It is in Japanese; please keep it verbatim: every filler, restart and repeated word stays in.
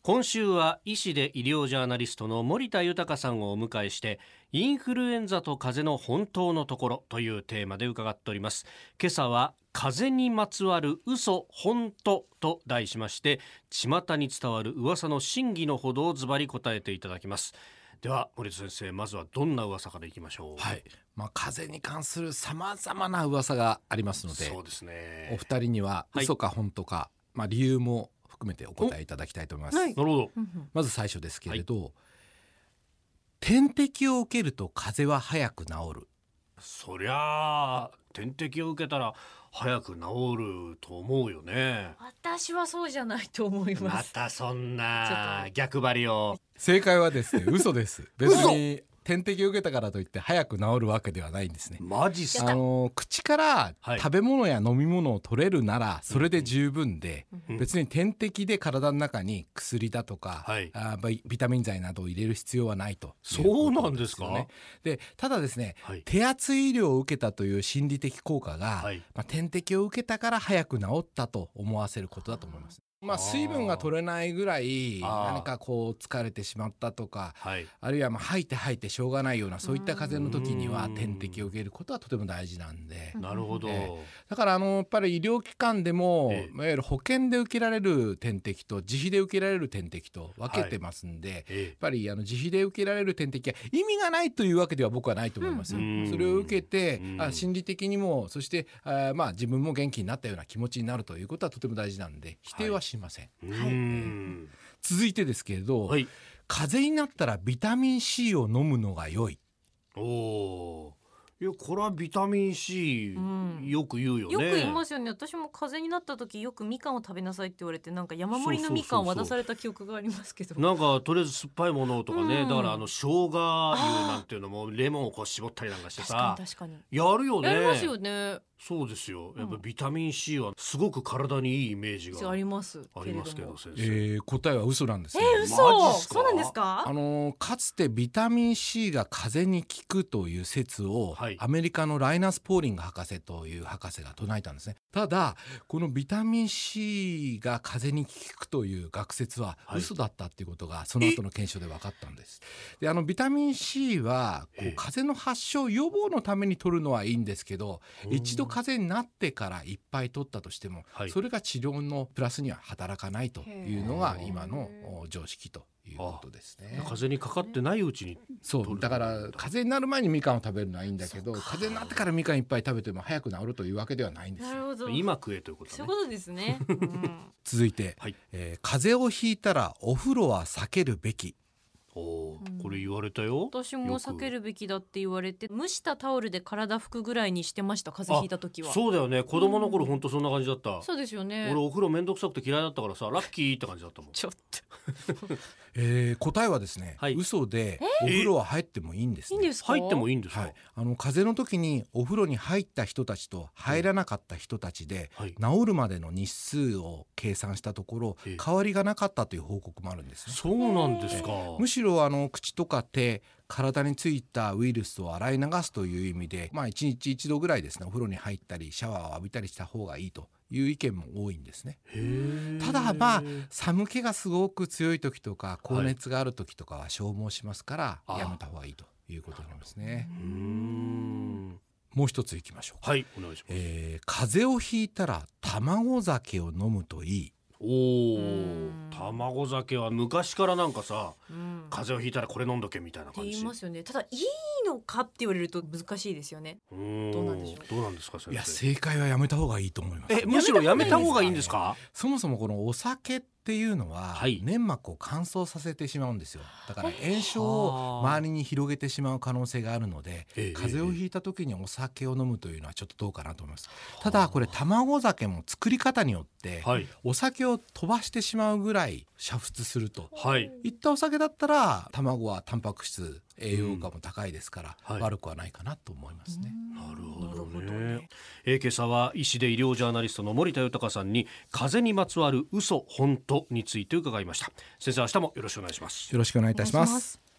今週は医師で医療ジャーナリストの森田豊さんをお迎えして、インフルエンザと風邪の本当のところというテーマで伺っております。今朝は風邪にまつわる嘘本当と題しまして、巷に伝わる噂の真偽のほどをズバリ答えていただきます。では森田先生、まずはどんな噂からいきましょう。 はい、まあ、風邪に関するさまざまな噂がありますので、 そうですね、 お二人には嘘か本当か、はい、まあ、理由も含めてお答えいただきたいと思います。 なるほど。 まず最初ですけれど、はい、点滴を受けると風邪は早く治る。 そりゃあ点滴を受けたら早く治ると思うよね。 私はそうじゃないと思います。 またそんな逆張りを。 正解はですね、嘘です。別に点滴を受けたからといって早く治るわけではないんですね。 マジっすか。 あの口から食べ物や飲み物を取れるならそれで十分で、うん、別に点滴で体の中に薬だとか、はい、あビタミン剤などを入れる必要はないということですよね。 そうなんですか。 でただですね、はい、手厚い医療を受けたという心理的効果が、はい、まあ、点滴を受けたから早く治ったと思わせることだと思います。まあ、水分が取れないぐらい何かこう疲れてしまったとか、はい、あるいはまあ吐いて吐いてしょうがないようなそういった風邪の時には点滴を受けることはとても大事なんで。 なるほど、 えー、だからあのやっぱり医療機関でも、えー、いわゆる保険で受けられる点滴と自費で受けられる点滴と分けてますんで、はい、えー、やっぱりあの自費で受けられる点滴は意味がないというわけでは僕はないと思います、うん、それを受けてあ心理的にもそしてあまあ自分も元気になったような気持ちになるということはとても大事なんで否定はしません、はい、はい、続いてですけれど、はい、風邪になったらビタミン C を飲むのが良い。 おー、いやこれはビタミン C、うん、よく言うよね。 よく言いますよね。私も風邪になった時よくみかんを食べなさいって言われて、なんか山盛りのみかんを渡された記憶がありますけど、 なんかとりあえず酸っぱいものとかね、うん、だからあの生姜湯なんていうのもレモンをこう絞ったりなんかしてさ、 確かに確かにやるよね。 やりますよね。 そうですよ。やっぱビタミン C はすごく体にいいイメージがありますありますけど先生、 えー、答えは嘘なんですよ。 えー、嘘。そうなんですか。 あのかつてビタミン C が風邪に効くという説を、はい、アメリカのライナス・ポーリング博士という博士が唱えたんですね。ただこのビタミン C が風邪に効くという学説は嘘だったっていうことがその後の検証で分かったんです。であのビタミン C はこう風邪の発症予防のために取るのはいいんですけど、一度風邪になってからいっぱい取ったとしても、はい、それが治療のプラスには働かないというのが今の常識ということですね。 風邪にかかってないうちにそうだから風邪になる前にみかんを食べるのはいいんだけど、風邪になってからみかんいっぱい食べても早く治るというわけではないんですよ。 なるほど。 今食えということだね。 そういうことですね、うん、 続いて、はい、えー、風邪をひいたらお風呂は避けるべき。 おこれ言われたよ。 私も避けるべきだって言われて、蒸したタオルで体拭くぐらいにしてました。風邪ひいた時は。 そうだよね。子供の頃本当そんな感じだった、うん、 そうですよね。 俺お風呂めんどくさくて嫌いだったからさ、ラッキーって感じだったもん。 ちょっとえー、答えはですね、はい、嘘でお風呂は入ってもいいんですね。 いいんですか。 入ってもいいんですか。はい、 あの風邪の時にお風呂に入った人たちと入らなかった人たちで、はい、治るまでの日数を計算したところ、変わりがなかったという報告もあるんですね。 そうなんですか。 むしろあの口とか手、体についたウイルスを洗い流すという意味で、まあ、いちにちいちどぐらいですね、お風呂に入ったりシャワーを浴びたりした方がいいという意見も多いんですね。ただまあ寒気がすごく強い時とか高熱がある時とかは消耗しますから、やめた方がいいということになりますね。うーん、もう一ついきましょう。 はい、お願いします。 えー、風邪をひいたら卵酒を飲むといい。 おー、卵酒は昔からなんかさ、うん、風邪をひいたらこれ飲んどけみたいな感じって言いますよね。ただいいのかって言われると難しいですよね。うーん、 どうなんでしょう。どうなんですか先生。 いや正解はやめた方がいいと思います。 え、むしろやめた方がいいんですか。 そもそもこのお酒っていうのは、はい、粘膜を乾燥させてしまうんですよ。だから炎症を周りに広げてしまう可能性があるので、風邪をひいた時にお酒を飲むというのはちょっとどうかなと思います。ただこれ卵酒も作り方によって、はい、お酒を飛ばしてしまうぐらい煮沸すると、はい、いったお酒だったら卵はタンパク質栄養価も高いですから、うん、はい、悪くはないかなと思いますね。 なるほどね。えー、今朝は医師で医療ジャーナリストの森田豊さんに風邪にまつわる嘘本当について伺いました。先生、明日もよろしくお願いします。 よろしくお願いいたします。